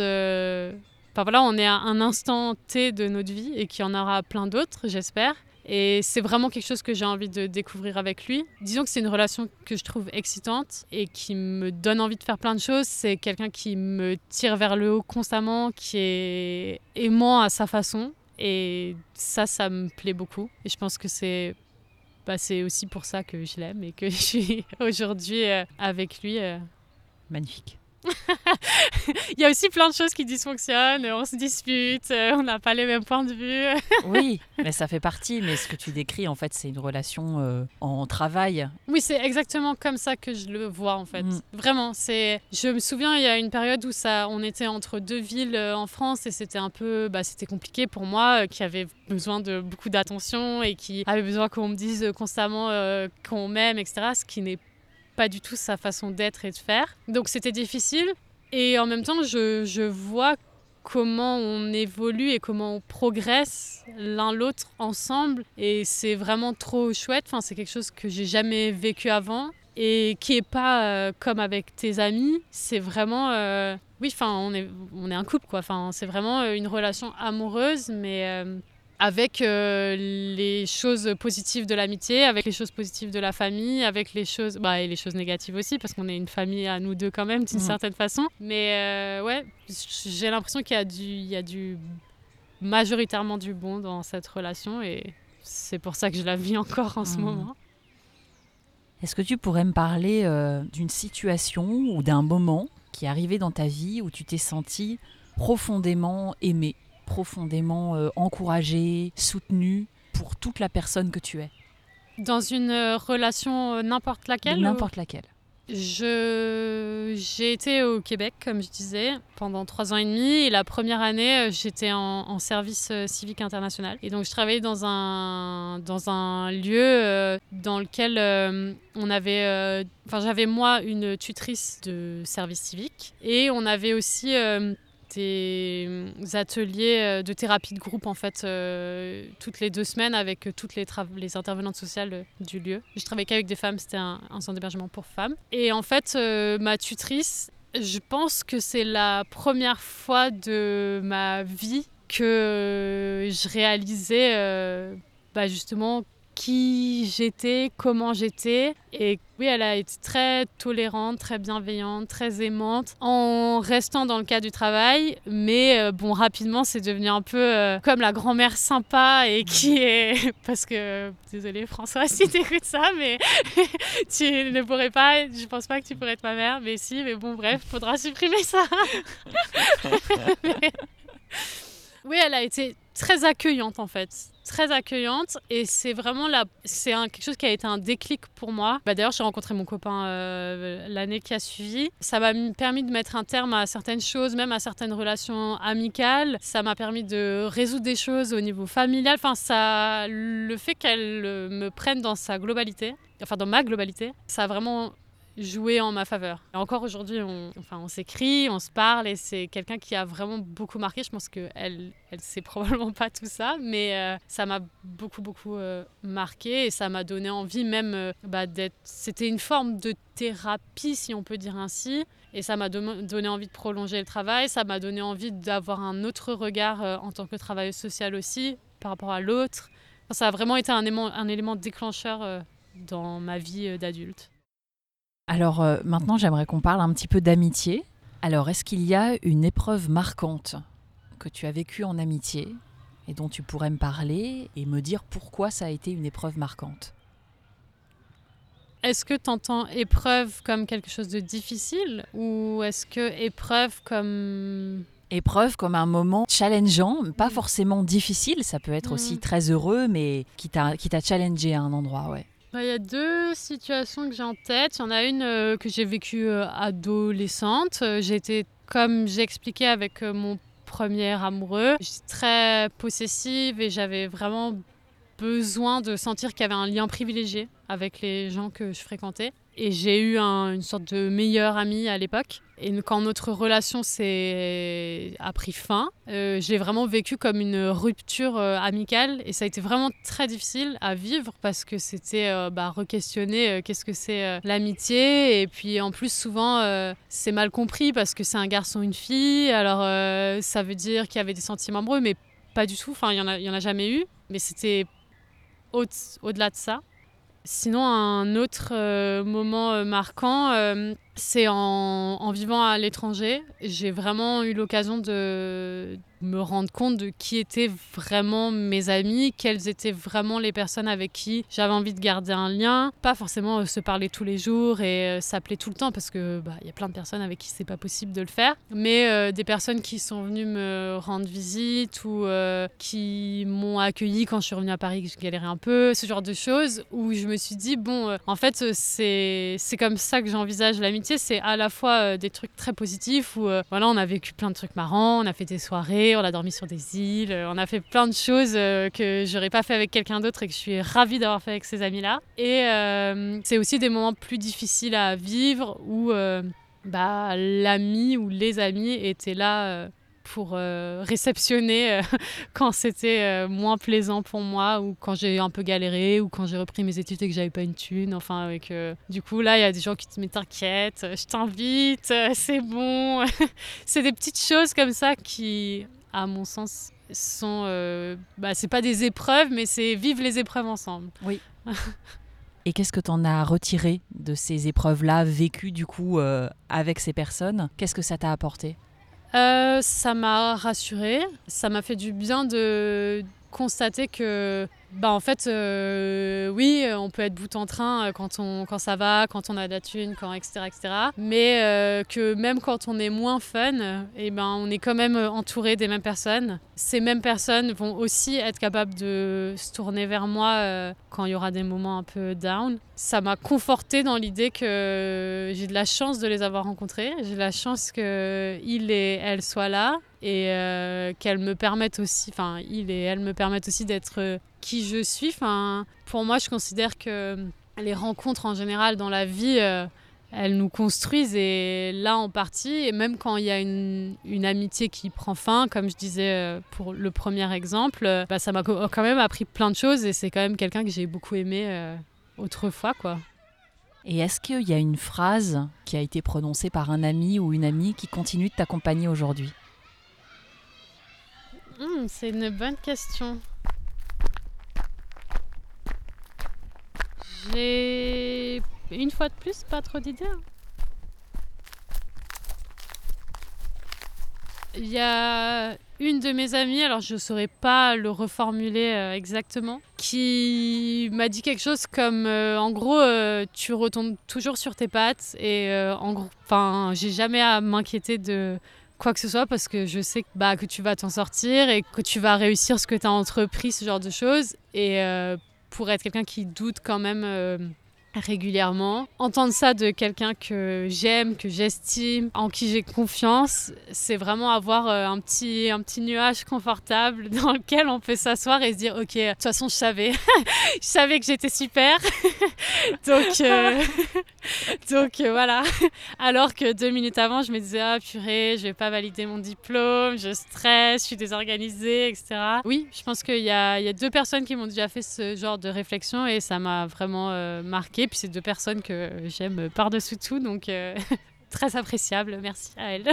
on est à un instant T de notre vie et qu'il y en aura plein d'autres, j'espère. Et c'est vraiment quelque chose que j'ai envie de découvrir avec lui. Disons que c'est une relation que je trouve excitante et qui me donne envie de faire plein de choses. C'est quelqu'un qui me tire vers le haut constamment, qui est aimant à sa façon. Et ça me plaît beaucoup. Et je pense que c'est aussi pour ça que je l'aime et que je suis aujourd'hui avec lui. Magnifique. Il y a aussi plein de choses qui dysfonctionnent, on se dispute, on n'a pas les mêmes points de vue. Oui, mais ça fait partie. Mais ce que tu décris, en fait, c'est une relation en travail. Oui, c'est exactement comme ça que je le vois, en fait. Vraiment, je me souviens, il y a une période où on était entre deux villes en France et c'était un peu... c'était compliqué pour moi, qui avait besoin de beaucoup d'attention et qui avait besoin qu'on me dise constamment qu'on m'aime, etc. Ce qui n'est pas du tout sa façon d'être et de faire. Donc c'était difficile. Et en même temps, je vois comment on évolue et comment on progresse l'un l'autre ensemble. Et c'est vraiment trop chouette. C'est quelque chose que j'ai jamais vécu avant et qui est pas comme avec tes amis. C'est vraiment... on est un couple, quoi. C'est vraiment une relation amoureuse, mais... avec les choses positives de l'amitié, avec les choses positives de la famille, avec les choses et les choses négatives aussi, parce qu'on est une famille à nous deux quand même, d'une certaine façon. Mais j'ai l'impression qu'il y a majoritairement du bon dans cette relation et c'est pour ça que je la vis encore en ce moment. Est-ce que tu pourrais me parler d'une situation ou d'un moment qui est arrivé dans ta vie où tu t'es sentie profondément aimée, profondément encouragée, soutenue pour toute la personne que tu es? Dans une relation n'importe laquelle? N'importe laquelle. J'ai été au Québec, comme je disais, pendant 3 ans et demi. Et la première année, j'étais en service civique international. Et donc, je travaillais dans un lieu dans lequel on avait... j'avais moi une tutrice de service civique. Et on avait aussi... des ateliers de thérapie de groupe en fait toutes les 2 semaines avec toutes les intervenantes sociales du lieu. Je travaillais qu'avec des femmes, c'était un centre d'hébergement pour femmes. Et en fait, ma tutrice, je pense que c'est la première fois de ma vie que je réalisais justement qui j'étais, comment j'étais. Et oui, elle a été très tolérante, très bienveillante, très aimante, en restant dans le cadre du travail. Mais rapidement, c'est devenu un peu comme la grand-mère sympa et qui est... Parce que, désolée François, si t'écoutes ça, mais tu ne pourrais pas... Je pense pas que tu pourrais être ma mère, mais si, mais bon, bref, faudra supprimer ça. Oui, elle a été très accueillante en fait. Très accueillante et c'est vraiment quelque chose qui a été un déclic pour moi. D'ailleurs, j'ai rencontré mon copain l'année qui a suivi. Ça m'a permis de mettre un terme à certaines choses, même à certaines relations amicales. Ça m'a permis de résoudre des choses au niveau familial. Le fait qu'elle me prenne dans sa globalité, dans ma globalité, ça a vraiment joué en ma faveur. Et encore aujourd'hui, on s'écrit, on se parle et c'est quelqu'un qui a vraiment beaucoup marqué. Je pense qu'elle sait probablement pas tout ça, mais ça m'a beaucoup marqué et ça m'a donné envie même d'être... C'était une forme de thérapie, si on peut dire ainsi. Et ça m'a donné envie de prolonger le travail. Ça m'a donné envie d'avoir un autre regard en tant que travailleuse sociale aussi par rapport à l'autre. Ça a vraiment été un élément déclencheur dans ma vie d'adulte. Alors maintenant, j'aimerais qu'on parle un petit peu d'amitié. Alors, est-ce qu'il y a une épreuve marquante que tu as vécue en amitié et dont tu pourrais me parler et me dire pourquoi ça a été une épreuve marquante? Est-ce que tu entends épreuve comme quelque chose de difficile ou est-ce que épreuve comme... Épreuve comme un moment challengeant, pas forcément difficile, ça peut être aussi très heureux, mais qui t'a challengé à un endroit, ouais. Il y a 2 situations que j'ai en tête. Il y en a une que j'ai vécue adolescente. J'ai été comme j'expliquais avec mon premier amoureux, j'étais très possessive et j'avais vraiment besoin de sentir qu'il y avait un lien privilégié avec les gens que je fréquentais. Et j'ai eu une sorte de meilleure amie à l'époque. Et quand notre relation a pris fin, je l'ai vraiment vécu comme une rupture amicale. Et ça a été vraiment très difficile à vivre parce que c'était re-questionner qu'est-ce que c'est l'amitié. Et puis en plus, souvent, c'est mal compris parce que c'est un garçon, une fille. Alors ça veut dire qu'il y avait des sentiments amoureux, mais pas du tout. Enfin, il y en a jamais eu. Mais c'était au-delà de ça. Sinon, un autre moment marquant, c'est en vivant à l'étranger. J'ai vraiment eu l'occasion de me rendre compte de qui étaient vraiment mes amis, quelles étaient vraiment les personnes avec qui j'avais envie de garder un lien. Pas forcément se parler tous les jours et s'appeler tout le temps parce que y a plein de personnes avec qui c'est pas possible de le faire. Mais des personnes qui sont venues me rendre visite ou qui m'ont accueilli quand je suis revenue à Paris, que je galérais un peu, ce genre de choses où je me suis dit en fait c'est comme ça que j'envisage l'amitié. C'est à la fois des trucs très positifs où on a vécu plein de trucs marrants, on a fait des soirées, on a dormi sur des îles, on a fait plein de choses que j'aurais pas fait avec quelqu'un d'autre et que je suis ravie d'avoir fait avec ces amis-là. Et c'est aussi des moments plus difficiles à vivre où l'ami ou les amis étaient là pour réceptionner quand c'était moins plaisant pour moi ou quand j'ai un peu galéré ou quand j'ai repris mes études et que j'avais pas une thune. Enfin, du coup, là, il y a des gens qui te disent « t'inquiète, je t'invite, c'est bon ». C'est des petites choses comme ça qui, à mon sens, sont... c'est pas des épreuves, mais c'est vivre les épreuves ensemble. Oui. Et qu'est-ce que tu en as retiré de ces épreuves-là, vécues du coup avec ces personnes ? Qu'est-ce que ça t'a apporté ? Ça m'a rassurée, ça m'a fait du bien de constater que en fait oui, on peut être bout en train quand ça va, quand on a de la thune, etc. Mais que même quand on est moins fun, on est quand même entouré des mêmes personnes. Ces mêmes personnes vont aussi être capables de se tourner vers moi quand il y aura des moments un peu down. Ça m'a confortée dans l'idée que j'ai de la chance de les avoir rencontrés. J'ai de la chance qu'ils et elles soient là et qu'elles me permettent aussi, ils et elles me permettent aussi d'être qui je suis. Pour moi, je considère que les rencontres en général dans la vie, elles nous construisent et là en partie, et même quand il y a une amitié qui prend fin, comme je disais pour le premier exemple, ça m'a quand même appris plein de choses et c'est quand même quelqu'un que j'ai beaucoup aimé autrefois, quoi. Et est-ce qu'il y a une phrase qui a été prononcée par un ami ou une amie qui continue de t'accompagner aujourd'hui ? C'est une bonne question. J'ai, une fois de plus, pas trop d'idées. Il y a une de mes amies, alors je ne saurais pas le reformuler exactement, qui m'a dit quelque chose comme en gros tu retombes toujours sur tes pattes et en gros, j'ai jamais à m'inquiéter de quoi que ce soit parce que je sais que tu vas t'en sortir et que tu vas réussir ce que tu as entrepris, ce genre de choses. Et pour être quelqu'un qui doute quand même régulièrement, entendre ça de quelqu'un que j'aime, que j'estime, en qui j'ai confiance, c'est vraiment avoir un petit nuage confortable dans lequel on peut s'asseoir et se dire ok, de toute façon je savais je savais que j'étais super donc voilà, alors que 2 minutes avant je me disais ah purée, je vais pas valider mon diplôme, je stresse, je suis désorganisée, etc. Oui, je pense qu'il y a 2 personnes qui m'ont déjà fait ce genre de réflexion et ça m'a vraiment marqué. Puis c'est 2 personnes que j'aime par-dessus tout, donc très appréciable. Merci à elles.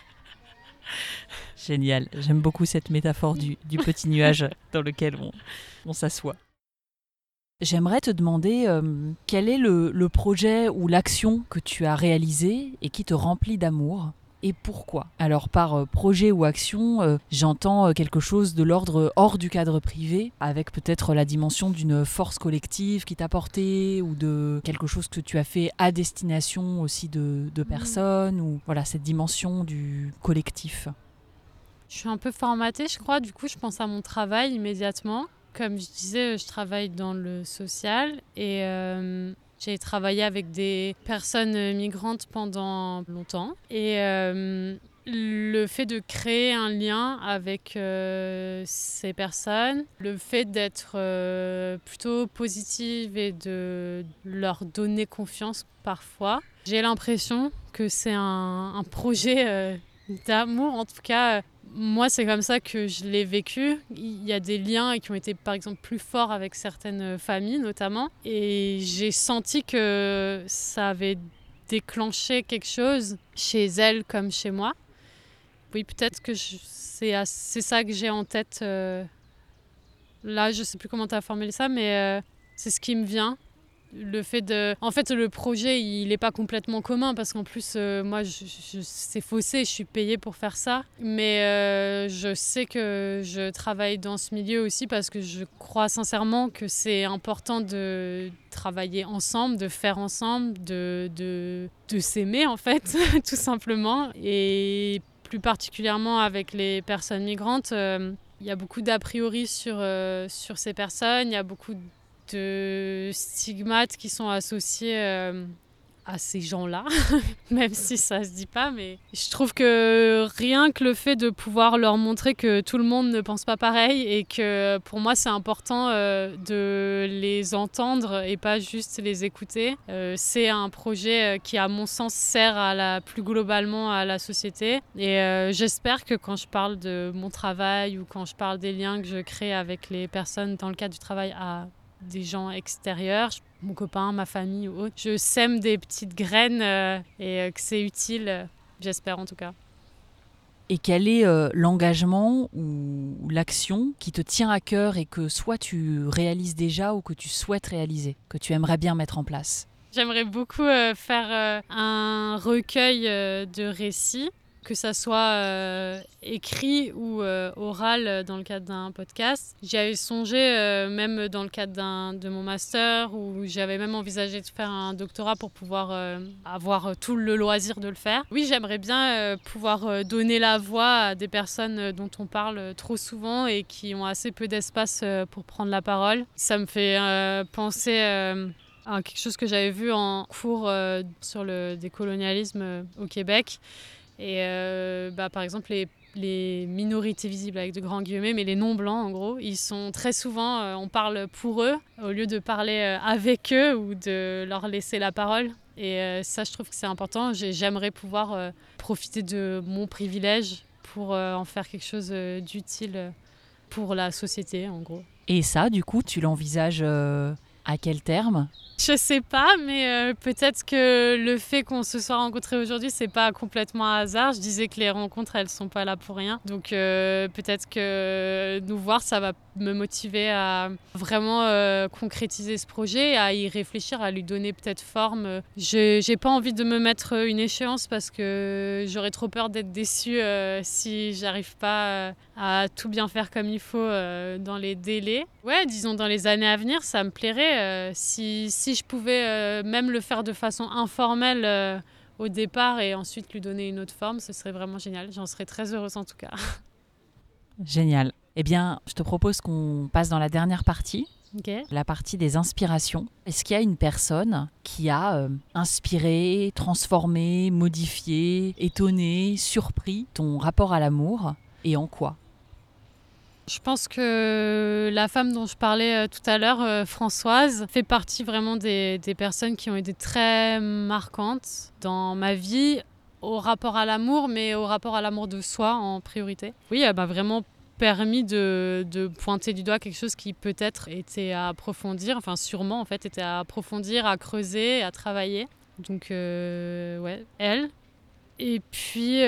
Génial. J'aime beaucoup cette métaphore du petit nuage dans lequel on s'assoit. J'aimerais te demander quel est le projet ou l'action que tu as réalisé et qui te remplit d'amour et pourquoi ? Alors par projet ou action, j'entends quelque chose de l'ordre hors du cadre privé, avec peut-être la dimension d'une force collective qui t'a porté ou de quelque chose que tu as fait à destination aussi de personnes, ou voilà cette dimension du collectif. Je suis un peu formatée, je crois, du coup je pense à mon travail immédiatement. Comme je disais, je travaille dans le social et j'ai travaillé avec des personnes migrantes pendant longtemps. Et Le fait de créer un lien avec ces personnes, le fait d'être plutôt positive et de leur donner confiance parfois. J'ai l'impression que c'est un projet d'amour. En tout cas, moi, c'est comme ça que je l'ai vécu. Il y a des liens qui ont été, par exemple, plus forts avec certaines familles, notamment. Et j'ai senti que ça avait déclenché quelque chose chez elles comme chez moi. Oui, peut-être que c'est ça que j'ai en tête. Là, je sais plus comment tu as formulé ça, mais c'est ce qui me vient. Le fait de... En fait, le projet, il n'est pas complètement commun parce qu'en plus, moi, c'est faussé, je suis payée pour faire ça. Mais je sais que je travaille dans ce milieu aussi parce que je crois sincèrement que c'est important de travailler ensemble, de faire ensemble, de s'aimer, en fait, tout simplement. Et plus particulièrement avec les personnes migrantes, il y a beaucoup d'a priori sur ces personnes, il y a beaucoup de stigmates qui sont associés à ces gens-là, même si ça se dit pas, mais je trouve que rien que le fait de pouvoir leur montrer que tout le monde ne pense pas pareil et que pour moi c'est important de les entendre et pas juste les écouter, c'est un projet qui à mon sens sert plus globalement à la société et j'espère que quand je parle de mon travail ou quand je parle des liens que je crée avec les personnes dans le cadre du travail à des gens extérieurs, mon copain, ma famille ou autre. Je sème des petites graines et que c'est utile, j'espère en tout cas. Et quel est l'engagement ou l'action qui te tient à cœur et que soit tu réalises déjà ou que tu souhaites réaliser, que tu aimerais bien mettre en place? J'aimerais beaucoup faire un recueil de récits, que ça soit écrit ou oral dans le cadre d'un podcast. J'y avais songé même dans le cadre de mon master où j'avais même envisagé de faire un doctorat pour pouvoir avoir tout le loisir de le faire. Oui, j'aimerais bien pouvoir donner la voix à des personnes dont on parle trop souvent et qui ont assez peu d'espace pour prendre la parole. Ça me fait penser à quelque chose que j'avais vu en cours sur le décolonialisme au Québec. Et par exemple, les minorités visibles avec de grands guillemets, mais les non-blancs en gros, ils sont très souvent, on parle pour eux au lieu de parler avec eux ou de leur laisser la parole. Et ça, je trouve que c'est important. J'aimerais pouvoir profiter de mon privilège pour en faire quelque chose d'utile pour la société en gros. Et ça, du coup, tu l'envisages à quel terme ? Je sais pas, mais peut-être que le fait qu'on se soit rencontrés aujourd'hui, c'est pas complètement un hasard. Je disais que les rencontres, elles sont pas là pour rien. Donc peut-être que nous voir, ça va me motiver à vraiment concrétiser ce projet, à y réfléchir, à lui donner peut-être forme. J'ai pas envie de me mettre une échéance parce que j'aurais trop peur d'être déçue si j'arrive pas à tout bien faire comme il faut dans les délais. Ouais, disons dans les années à venir, ça me plairait si je pouvais même le faire de façon informelle au départ et ensuite lui donner une autre forme, ce serait vraiment génial. J'en serais très heureuse en tout cas. Génial. Eh bien, je te propose qu'on passe dans la dernière partie, Okay. la partie des inspirations. Est-ce qu'il y a une personne qui a inspiré, transformé, modifié, étonné, surpris ton rapport à l'amour et en quoi ? Je pense que la femme dont je parlais tout à l'heure, Françoise, fait partie vraiment des personnes qui ont été très marquantes dans ma vie au rapport à l'amour, mais au rapport à l'amour de soi en priorité. Oui, elle m'a vraiment permis de pointer du doigt quelque chose qui peut-être était à approfondir, enfin sûrement en fait était à approfondir, à creuser, à travailler. Donc ouais, elle. Et puis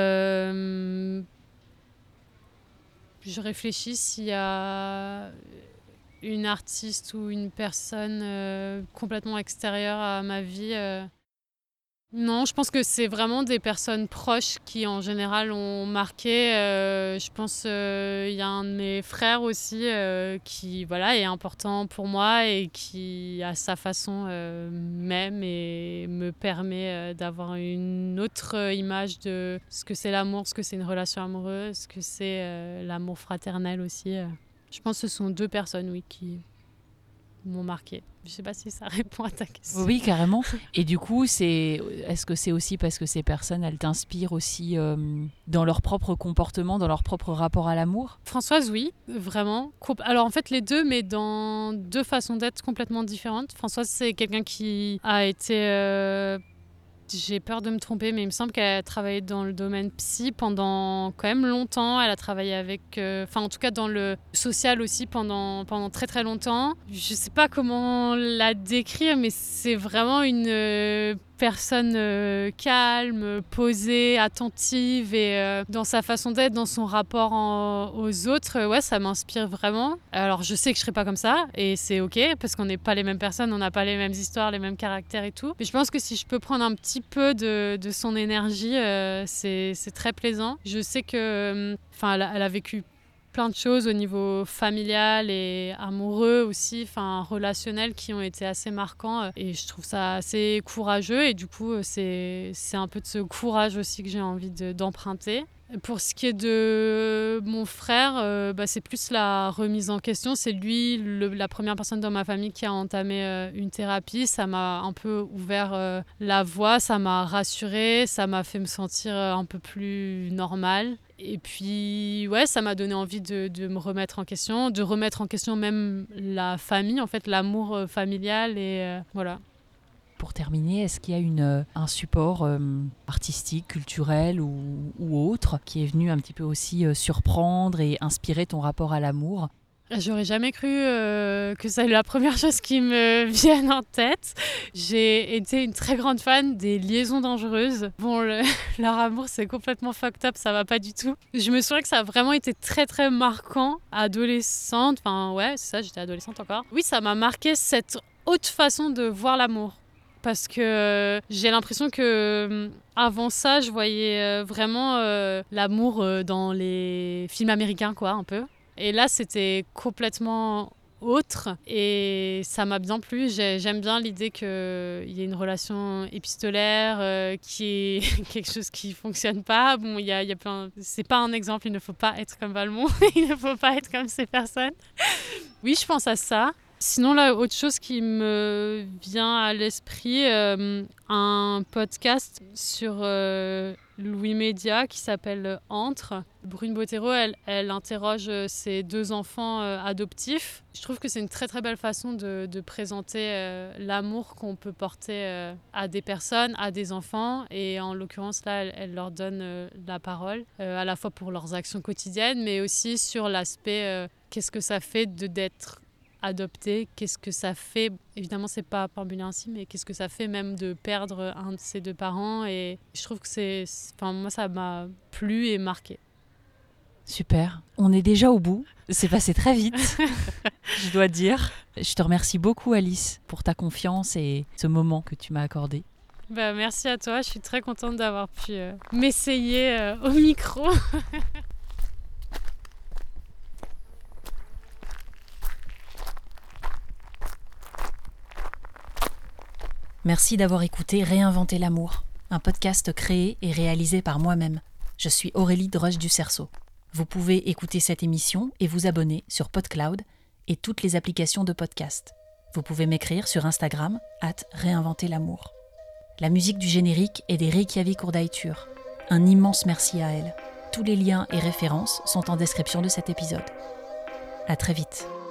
je réfléchis s'il y a une artiste ou une personne complètement extérieure à ma vie. Non, je pense que c'est vraiment des personnes proches qui, en général, ont marqué. Je pense qu'il y a un de mes frères aussi qui est important pour moi et qui, à sa façon, m'aime et me permet d'avoir une autre image de ce que c'est l'amour, ce que c'est une relation amoureuse, ce que c'est l'amour fraternel aussi. Je pense que ce sont deux personnes, oui, m'ont marqué. Je sais pas si ça répond à ta question. Oui, carrément. Et du coup, est-ce que c'est aussi parce que ces personnes, elles t'inspirent aussi dans leur propre comportement, dans leur propre rapport à l'amour ? Françoise, oui, vraiment. Alors en fait, les deux, mais dans deux façons d'être complètement différentes. Françoise, c'est quelqu'un qui a été... J'ai peur de me tromper, mais il me semble qu'elle a travaillé dans le domaine psy pendant quand même longtemps. Elle a travaillé avec... en tout cas dans le social aussi pendant très très longtemps. Je sais pas comment la décrire, mais c'est vraiment une personne calme, posée, attentive et dans sa façon d'être, dans son rapport aux autres, ouais, ça m'inspire vraiment. Alors je sais que je serai pas comme ça et c'est ok parce qu'on n'est pas les mêmes personnes, on n'a pas les mêmes histoires, les mêmes caractères et tout. Mais je pense que si je peux prendre un petit peu de son énergie, c'est très plaisant. Je sais que, elle a vécu plein de choses au niveau familial et amoureux aussi, relationnel, qui ont été assez marquants et je trouve ça assez courageux et du coup c'est un peu de ce courage aussi que j'ai envie d'emprunter. Pour ce qui est de mon frère, c'est plus la remise en question. C'est lui la première personne dans ma famille qui a entamé une thérapie. Ça m'a un peu ouvert la voie, ça m'a rassurée, ça m'a fait me sentir un peu plus normale. Et puis, ouais, ça m'a donné envie de me remettre en question, de remettre en question même la famille, en fait, l'amour familial et voilà. Pour terminer, est-ce qu'il y a un support artistique, culturel ou autre qui est venu un petit peu aussi surprendre et inspirer ton rapport à l'amour ? J'aurais jamais cru que c'est la première chose qui me vienne en tête. J'ai été une très grande fan des liaisons dangereuses. Bon, leur amour, c'est complètement fucked up, ça va pas du tout. Je me souviens que ça a vraiment été très très marquant, adolescente. Enfin, ouais, c'est ça, j'étais adolescente encore. Oui, ça m'a marqué cette autre façon de voir l'amour. Parce que j'ai l'impression que avant ça, je voyais vraiment l'amour dans les films américains, quoi, un peu. Et là, c'était complètement autre et ça m'a bien plu. J'aime bien l'idée qu'il y ait une relation épistolaire qui est quelque chose qui fonctionne pas. Bon, il y a plein... C'est pas un exemple, il ne faut pas être comme Valmont, il ne faut pas être comme ces personnes. Oui, je pense à ça. Sinon, là, autre chose qui me vient à l'esprit, un podcast sur Louis Média qui s'appelle Entre. Brune Bottero, elle interroge ses 2 enfants adoptifs. Je trouve que c'est une très très belle façon de présenter l'amour qu'on peut porter à des personnes, à des enfants. Et en l'occurrence, là, elle leur donne la parole, à la fois pour leurs actions quotidiennes, mais aussi sur l'aspect qu'est-ce que ça fait d'être adopté, qu'est-ce que ça fait, évidemment c'est pas formulé ainsi, mais qu'est-ce que ça fait même de perdre un de ses 2 parents, et je trouve que moi ça m'a plu et marqué. Super, on est déjà au bout, c'est passé très vite, je dois dire. Je te remercie beaucoup Alice pour ta confiance et ce moment que tu m'as accordé. Merci à toi, je suis très contente d'avoir pu m'essayer au micro. Merci d'avoir écouté Réinventer l'amour, un podcast créé et réalisé par moi-même. Je suis Aurélie Droche du Cerceau. Vous pouvez écouter cette émission et vous abonner sur PodCloud et toutes les applications de podcast. Vous pouvez m'écrire sur Instagram @réinventeramour. La musique du générique est des Reykjavik Urdætur. Un immense merci à elle. Tous les liens et références sont en description de cet épisode. À très vite.